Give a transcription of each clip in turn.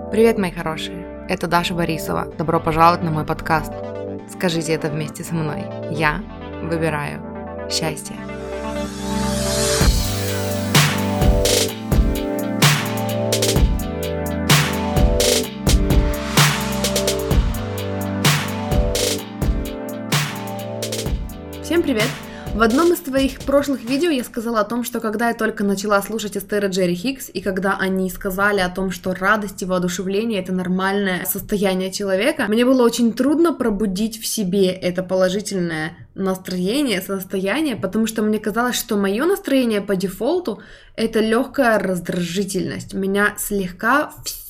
Привет, мои хорошие! Это Даша Борисова. Добро пожаловать на мой подкаст. Скажите это вместе со мной. Я выбираю счастье. Всем привет! В одном из своих прошлых видео я сказала о том, что когда я только начала слушать Эстер и Джерри Хиггс, и когда они сказали о том, что радость и воодушевление — это нормальное состояние человека, мне было очень трудно пробудить в себе это положительное настроение, состояние, потому что мне казалось, что мое настроение по дефолту — это легкая раздражительность. Меня слегка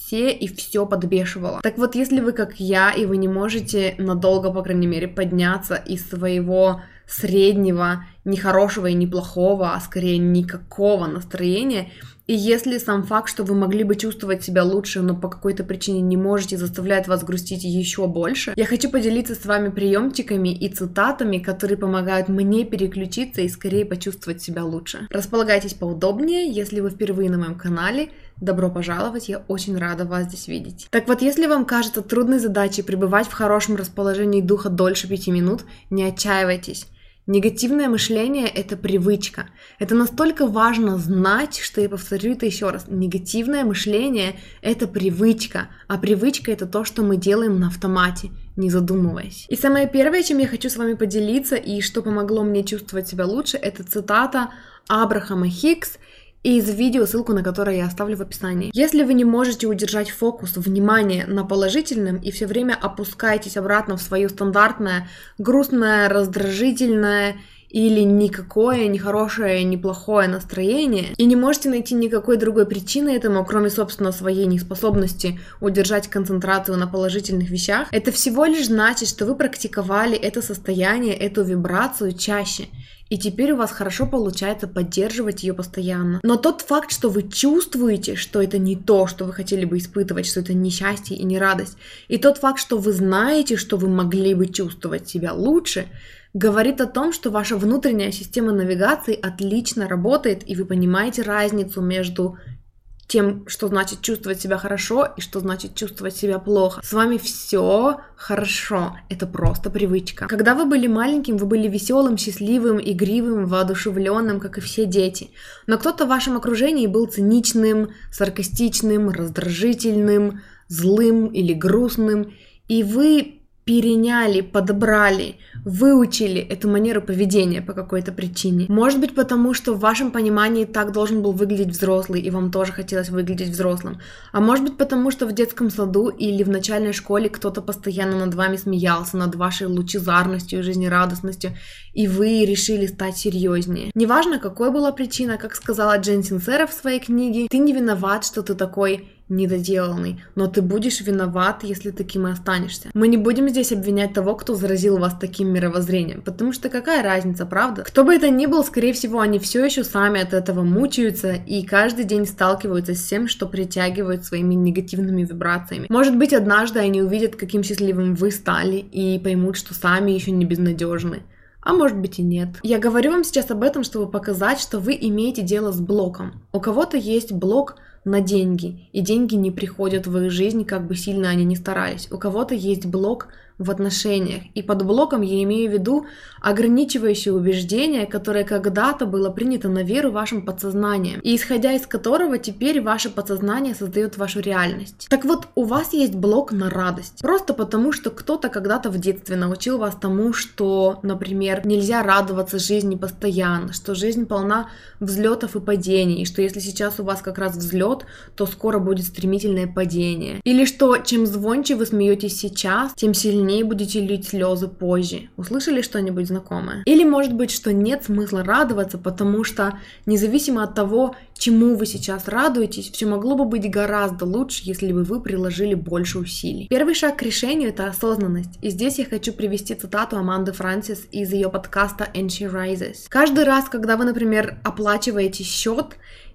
и все подбешивало. Так вот, если вы как я, и вы не можете надолго, по крайней мере, подняться из своего среднего, не хорошего и не плохого, а скорее никакого настроения, и если сам факт, что вы могли бы чувствовать себя лучше, но по какой-то причине не можете, заставляет вас грустить еще больше, я хочу поделиться с вами приемчиками и цитатами, которые помогают мне переключиться и скорее почувствовать себя лучше. Располагайтесь поудобнее, если вы впервые на моем канале. Добро пожаловать, я очень рада вас здесь видеть. Так вот, если вам кажется трудной задачей пребывать в хорошем расположении духа дольше 5 минут, не отчаивайтесь. Негативное мышление – это привычка. Это настолько важно знать, что я повторю это еще раз. Негативное мышление – это привычка, а привычка – это то, что мы делаем на автомате, не задумываясь. И самое первое, чем я хочу с вами поделиться и что помогло мне чувствовать себя лучше, это цитата Абрахама Хиггс из видео, ссылку на которое я оставлю в описании. Если вы не можете удержать фокус внимания на положительном и все время опускаетесь обратно в свое стандартное, грустное, раздражительное или никакое, ни хорошее, ни плохое настроение, и не можете найти никакой другой причины этому, кроме, собственно, своей неспособности удержать концентрацию на положительных вещах, это всего лишь значит, что вы практиковали это состояние, эту вибрацию чаще. И теперь у вас хорошо получается поддерживать ее постоянно. Но тот факт, что вы чувствуете, что это не то, что вы хотели бы испытывать, что это не счастье и не радость, и тот факт, что вы знаете, что вы могли бы чувствовать себя лучше, говорит о том, что ваша внутренняя система навигации отлично работает, и вы понимаете разницу между тем, что значит чувствовать себя хорошо и что значит чувствовать себя плохо. С вами все хорошо, это просто привычка. Когда вы были маленьким, вы были веселым, счастливым, игривым, воодушевленным, как и все дети. Но кто-то в вашем окружении был циничным, саркастичным, раздражительным, злым или грустным, и вы переняли, подобрали, выучили эту манеру поведения по какой-то причине. Может быть, потому что в вашем понимании так должен был выглядеть взрослый, и вам тоже хотелось выглядеть взрослым. А может быть, потому что в детском саду или в начальной школе кто-то постоянно над вами смеялся, над вашей лучезарностью и жизнерадостностью, и вы решили стать серьезнее. Неважно, какой была причина, как сказала Джен Синсера в своей книге, ты не виноват, что ты такой недоделанный, но ты будешь виноват, если таким и останешься. Мы не будем здесь обвинять того, кто заразил вас таким мировоззрением, потому что какая разница, правда? Кто бы это ни был, скорее всего, они все еще сами от этого мучаются и каждый день сталкиваются с тем, что притягивают своими негативными вибрациями. Может быть, однажды они увидят, каким счастливым вы стали, и поймут, что сами еще не безнадежны. А может быть и нет. Я говорю вам сейчас об этом, чтобы показать, что вы имеете дело с блоком. У кого-то есть блок на деньги, и деньги не приходят в их жизнь, как бы сильно они ни старались. У кого-то есть блок в отношениях, и под блоком я имею в виду ограничивающее убеждение, которое когда-то было принято на веру вашим подсознанием, и исходя из которого теперь ваше подсознание создает вашу реальность. Так вот, у вас есть блок на радость, просто потому что кто-то когда-то в детстве научил вас тому, что, например, нельзя радоваться жизни постоянно, что жизнь полна взлетов и падений, и что если сейчас у вас как раз взлет, то скоро будет стремительное падение. Или что чем звонче вы смеетесь сейчас, тем сильнее будете лить слезы позже. Услышали что-нибудь знакомое? Или может быть, что нет смысла радоваться, потому что независимо от того, чему вы сейчас радуетесь, все могло бы быть гораздо лучше, если бы вы приложили больше усилий. Первый шаг к решению — это осознанность. И здесь я хочу привести цитату Аманды Франсис из ее подкаста And She Rises. Каждый раз, когда вы, например, оплачиваете счет,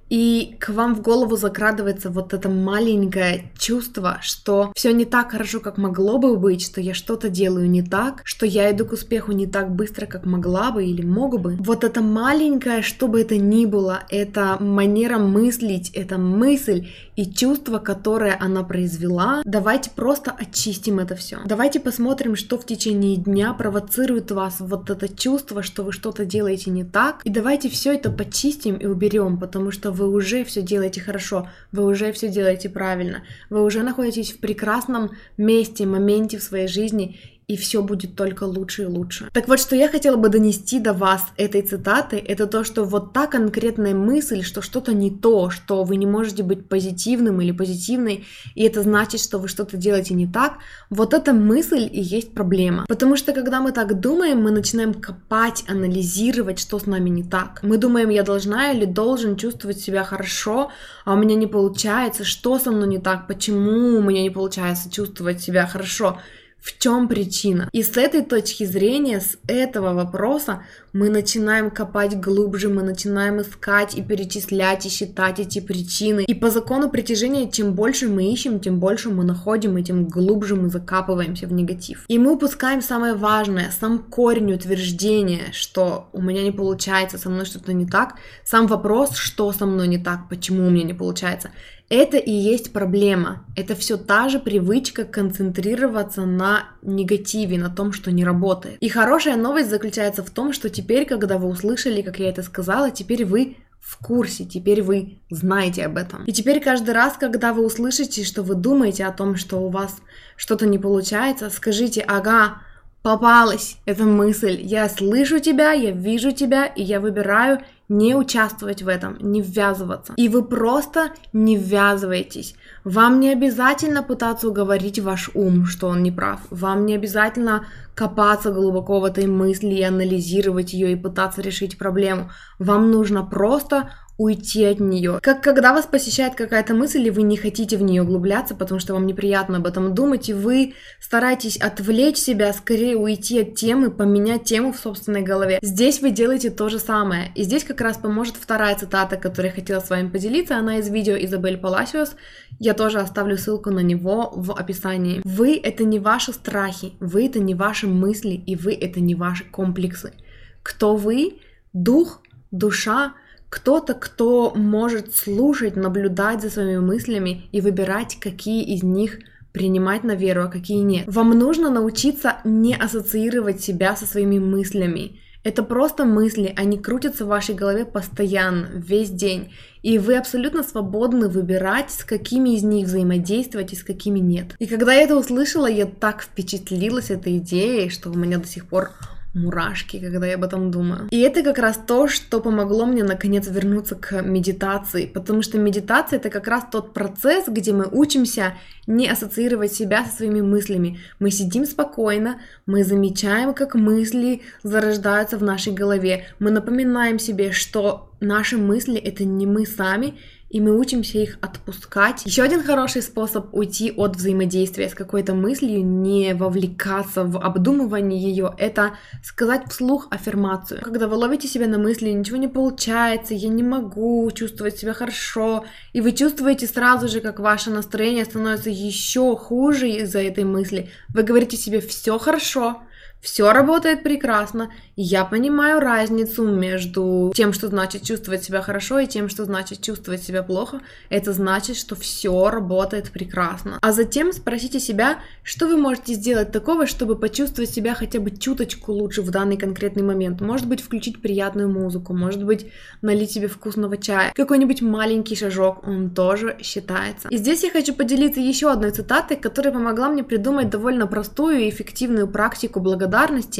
и к вам в голову закрадывается вот это маленькое чувство, что все не так хорошо, как могло бы быть, что я что-то делаю не так, что я иду к успеху не так быстро, как могла бы или мог бы. Вот это маленькое, что бы это ни было, это манера мыслить, это мысль и чувство, которое она произвела. Давайте просто очистим это все. Давайте посмотрим, что в течение дня провоцирует вас вот это чувство, что вы что-то делаете не так. И давайте все это почистим и уберем, потому что вы уже все делаете хорошо, вы уже все делаете правильно, вы уже находитесь в прекрасном месте, моменте в своей жизни, и все будет только лучше и лучше. Так вот, что я хотела бы донести до вас этой цитаты, это то, что вот та конкретная мысль, что что-то не то, что вы не можете быть позитивным или позитивной, и это значит, что вы что-то делаете не так, вот эта мысль и есть проблема. Потому что когда мы так думаем, мы начинаем копать, анализировать, что с нами не так. Мы думаем, я должна или должен чувствовать себя хорошо, а у меня не получается, что со мной не так, почему у меня не получается чувствовать себя хорошо. В чем причина? И с этой точки зрения, с этого вопроса мы начинаем копать глубже, мы начинаем искать и перечислять, и считать эти причины. И по закону притяжения, чем больше мы ищем, тем больше мы находим, и тем глубже мы закапываемся в негатив. И мы упускаем самое важное, сам корень утверждения, что у меня не получается, со мной что-то не так, сам вопрос, что со мной не так, почему у меня не получается. Это и есть проблема. Это все та же привычка концентрироваться на негативе, на том, что не работает. И хорошая новость заключается в том, что теперь, когда вы услышали, как я это сказала, теперь вы в курсе, теперь вы знаете об этом. И теперь каждый раз, когда вы услышите, что вы думаете о том, что у вас что-то не получается, скажите: ага, попалась эта мысль, я слышу тебя, я вижу тебя, и я выбираю не участвовать в этом, не ввязываться. И вы просто не ввязываетесь. Вам не обязательно пытаться уговорить ваш ум, что он не прав. Вам не обязательно копаться глубоко в этой мысли и анализировать ее и пытаться решить проблему. Вам нужно просто уйти от нее. Как когда вас посещает какая-то мысль, и вы не хотите в нее углубляться, потому что вам неприятно об этом думать, и вы стараетесь отвлечь себя, скорее уйти от темы, поменять тему в собственной голове. Здесь вы делаете то же самое. И здесь как раз поможет вторая цитата, которую я хотела с вами поделиться. Она из видео Изабель Паласиос. Я тоже оставлю ссылку на него в описании. Вы — это не ваши страхи, вы — это не ваши мысли, и вы — это не ваши комплексы. Кто вы? Дух, душа, кто-то, кто может слушать, наблюдать за своими мыслями и выбирать, какие из них принимать на веру, а какие нет. Вам нужно научиться не ассоциировать себя со своими мыслями. Это просто мысли, они крутятся в вашей голове постоянно, весь день. И вы абсолютно свободны выбирать, с какими из них взаимодействовать и с какими нет. И когда я это услышала, я так впечатлилась этой идеей, что у меня до сих пор мурашки, когда я об этом думаю. И это как раз то, что помогло мне наконец вернуться к медитации, потому что медитация — это как раз тот процесс, где мы учимся не ассоциировать себя со своими мыслями. Мы сидим спокойно, мы замечаем, как мысли зарождаются в нашей голове, мы напоминаем себе, что наши мысли — это не мы сами, и мы учимся их отпускать. Еще один хороший способ уйти от взаимодействия с какой-то мыслью, не вовлекаться в обдумывание ее, это сказать вслух аффирмацию. Когда вы ловите себя на мысли: ничего не получается, я не могу чувствовать себя хорошо, и вы чувствуете сразу же, как ваше настроение становится еще хуже из-за этой мысли, вы говорите себе: все хорошо, все работает прекрасно, и я понимаю разницу между тем, что значит чувствовать себя хорошо, и тем, что значит чувствовать себя плохо. Это значит, что все работает прекрасно. А затем спросите себя, что вы можете сделать такого, чтобы почувствовать себя хотя бы чуточку лучше в данный конкретный момент. Может быть, включить приятную музыку, может быть, налить себе вкусного чая. Какой-нибудь маленький шажок, он тоже считается. И здесь я хочу поделиться еще одной цитатой, которая помогла мне придумать довольно простую и эффективную практику благодарности.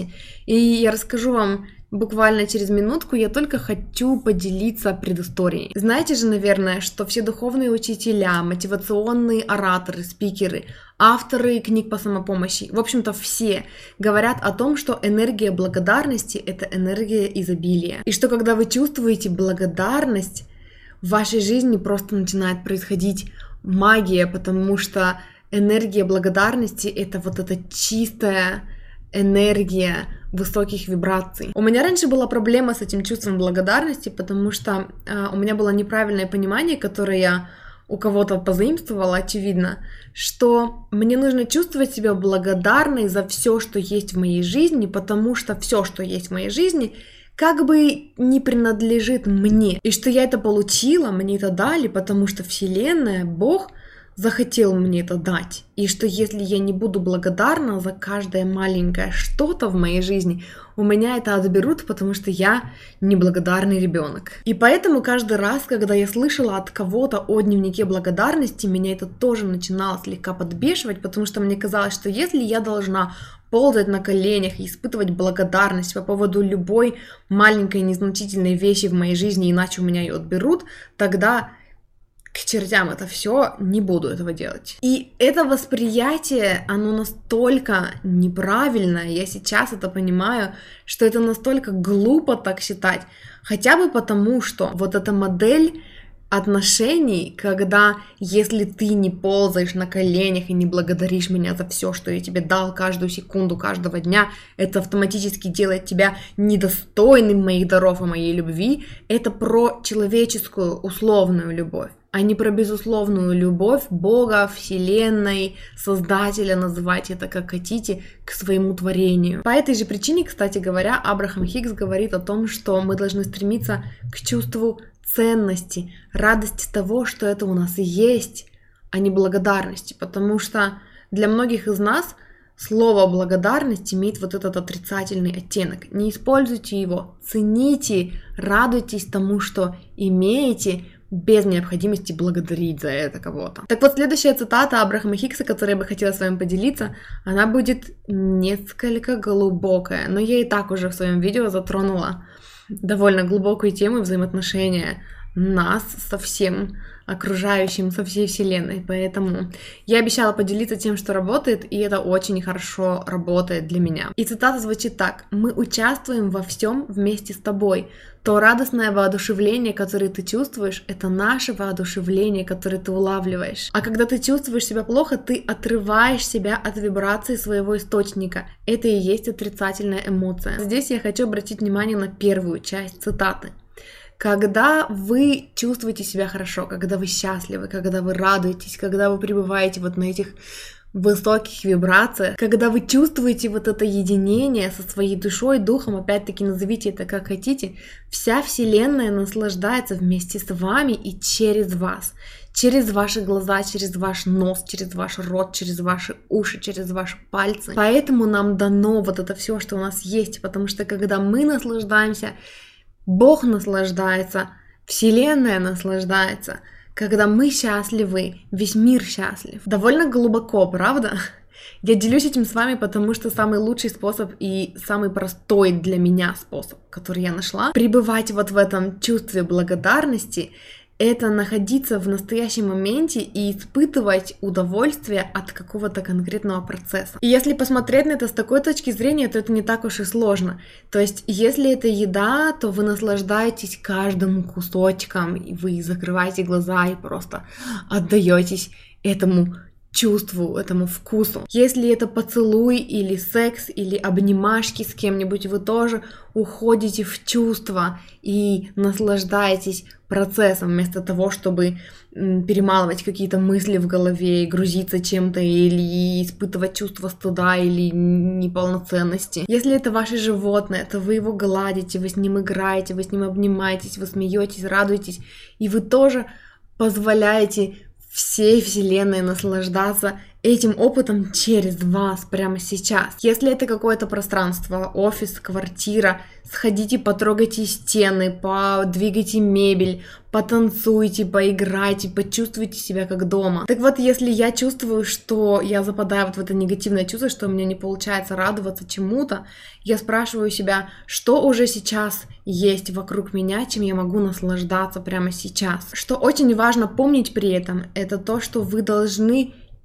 И я расскажу вам буквально через минутку, я только хочу поделиться предысторией. Знаете же, наверное, что все духовные учителя, мотивационные ораторы, спикеры, авторы книг по самопомощи, в общем-то все говорят о том, что энергия благодарности — это энергия изобилия. И что когда вы чувствуете благодарность, в вашей жизни просто начинает происходить магия, потому что энергия благодарности — это вот эта чистая энергия высоких вибраций. У меня раньше была проблема с этим чувством благодарности, потому что у меня было неправильное понимание, которое я у кого-то позаимствовала, очевидно, что мне нужно чувствовать себя благодарной за все, что есть в моей жизни, потому что все, что есть в моей жизни, как бы не принадлежит мне. И что я это получила, мне это дали, потому что Вселенная, Бог захотел мне это дать. И что если я не буду благодарна за каждое маленькое что-то в моей жизни, у меня это отберут, потому что я неблагодарный ребенок. И поэтому каждый раз, когда я слышала от кого-то о дневнике благодарности, меня это тоже начинало слегка подбешивать, потому что мне казалось, что если я должна ползать на коленях и испытывать благодарность по поводу любой маленькой незначительной вещи в моей жизни, иначе у меня ее отберут, тогда к чертям это все, не буду этого делать. И это восприятие, оно настолько неправильное, я сейчас это понимаю, что это настолько глупо так считать, хотя бы потому, что вот эта модель отношений, когда если ты не ползаешь на коленях и не благодаришь меня за все, что я тебе дал каждую секунду, каждого дня, это автоматически делает тебя недостойным моих даров и моей любви, это про человеческую условную любовь, а не про безусловную любовь Бога, Вселенной, Создателя, называйте это как хотите, к своему творению. По этой же причине, кстати говоря, Абрахам Хикс говорит о том, что мы должны стремиться к чувству ценности, радости того, что это у нас и есть, а не благодарности, потому что для многих из нас слово благодарность имеет вот этот отрицательный оттенок. Не используйте его, цените, радуйтесь тому, что имеете, без необходимости благодарить за это кого-то. Так вот, следующая цитата Абрахама Хикса, которой я бы хотела с вами поделиться, она будет несколько глубокая, но я и так уже в своем видео затронула довольно глубокую тему взаимоотношения нас со всем окружающим, со всей вселенной, поэтому я обещала поделиться тем, что работает, и это очень хорошо работает для меня. И цитата звучит так: «Мы участвуем во всем вместе с тобой. То радостное воодушевление, которое ты чувствуешь, это наше воодушевление, которое ты улавливаешь. А когда ты чувствуешь себя плохо, ты отрываешь себя от вибрации своего источника. Это и есть отрицательная эмоция». Здесь я хочу обратить внимание на первую часть цитаты. Когда вы чувствуете себя хорошо, когда вы счастливы, когда вы радуетесь, когда вы пребываете вот на этих высоких вибрациях, когда вы чувствуете вот это единение со своей душой, духом, опять-таки назовите это как хотите, вся Вселенная наслаждается вместе с вами и через вас. Через ваши глаза, через ваш нос, через ваш рот, через ваши уши, через ваши пальцы. Поэтому нам дано вот это все, что у нас есть, потому что когда мы наслаждаемся, Бог наслаждается, Вселенная наслаждается. Когда мы счастливы, весь мир счастлив. Довольно глубоко, правда? Я делюсь этим с вами, потому что самый лучший способ и самый простой для меня способ, который я нашла, пребывать вот в этом чувстве благодарности, это находиться в настоящем моменте и испытывать удовольствие от какого-то конкретного процесса. И если посмотреть на это с такой точки зрения, то это не так уж и сложно. То есть, если это еда, то вы наслаждаетесь каждым кусочком, и вы закрываете глаза и просто отдаетесь этому чувству, этому вкусу. Если это поцелуй или секс, или обнимашки с кем-нибудь, вы тоже уходите в чувство и наслаждаетесь процессом, вместо того, чтобы перемалывать какие-то мысли в голове, грузиться чем-то или испытывать чувство стыда или неполноценности. Если это ваше животное, то вы его гладите, вы с ним играете, вы с ним обнимаетесь, вы смеетесь, радуетесь, и вы тоже позволяете всей Вселенной наслаждаться этим опытом через вас прямо сейчас. Если это какое-то пространство, офис, квартира, сходите, потрогайте стены, подвигайте мебель, потанцуйте, поиграйте, почувствуйте себя как дома. Так вот, если я чувствую, что я западаю вот в это негативное чувство, что у меня не получается радоваться чему-то, я спрашиваю себя, что уже сейчас есть вокруг меня, чем я могу наслаждаться прямо сейчас. Что очень важно помнить при этом, это то, что вы должны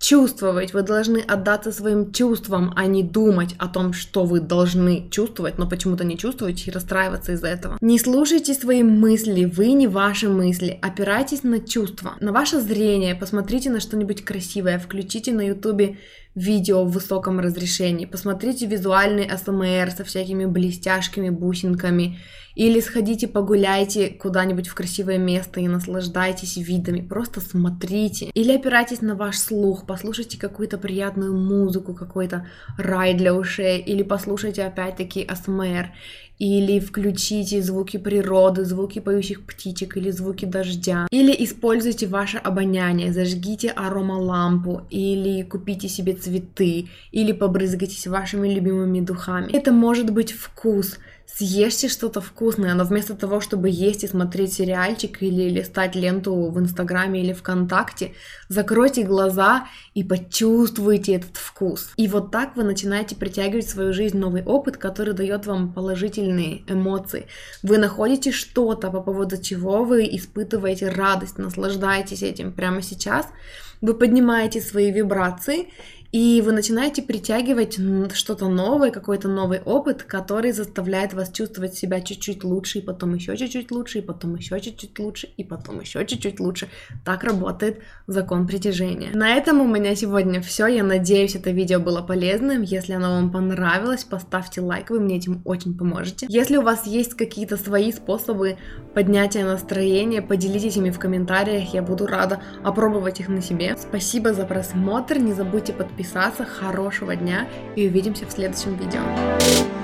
чувствовать, вы должны отдаться своим чувствам, а не думать о том, что вы должны чувствовать, но почему-то не чувствуете и расстраиваться из-за этого. Не слушайте свои мысли, вы не ваши мысли, опирайтесь на чувства, на ваше зрение, посмотрите на что-нибудь красивое, включите на ютубе видео в высоком разрешении, посмотрите визуальный АСМР со всякими блестяшками, бусинками, или сходите погуляйте куда-нибудь в красивое место и наслаждайтесь видами, просто смотрите. Или опирайтесь на ваш слух, послушайте какую-то приятную музыку, какой-то рай для ушей, или послушайте опять-таки АСМР, или включите звуки природы, звуки поющих птичек или звуки дождя, или используйте ваше обоняние, зажгите аромалампу, или купите себе цветы, или побрызгайтесь вашими любимыми духами. Это может быть вкус. Съешьте что-то вкусное, но вместо того, чтобы есть и смотреть сериальчик или листать ленту в Инстаграме или ВКонтакте, закройте глаза и почувствуйте этот вкус. И вот так вы начинаете притягивать в свою жизнь новый опыт, который дает вам положительные эмоции. Вы находите что-то, по поводу чего вы испытываете радость, наслаждаетесь этим прямо сейчас. Вы поднимаете свои вибрации, и вы начинаете притягивать что-то новое, какой-то новый опыт, который заставляет вас чувствовать себя чуть-чуть лучше, и потом еще чуть-чуть лучше, и потом еще чуть-чуть лучше, и потом еще чуть-чуть лучше. Так работает закон притяжения. На этом у меня сегодня все. Я надеюсь, это видео было полезным. Если оно вам понравилось, поставьте лайк, вы мне этим очень поможете. Если у вас есть какие-то свои способы поднятия настроения, поделитесь ими в комментариях, я буду рада опробовать их на себе. Спасибо за просмотр, не забудьте подписаться, хорошего дня и увидимся в следующем видео.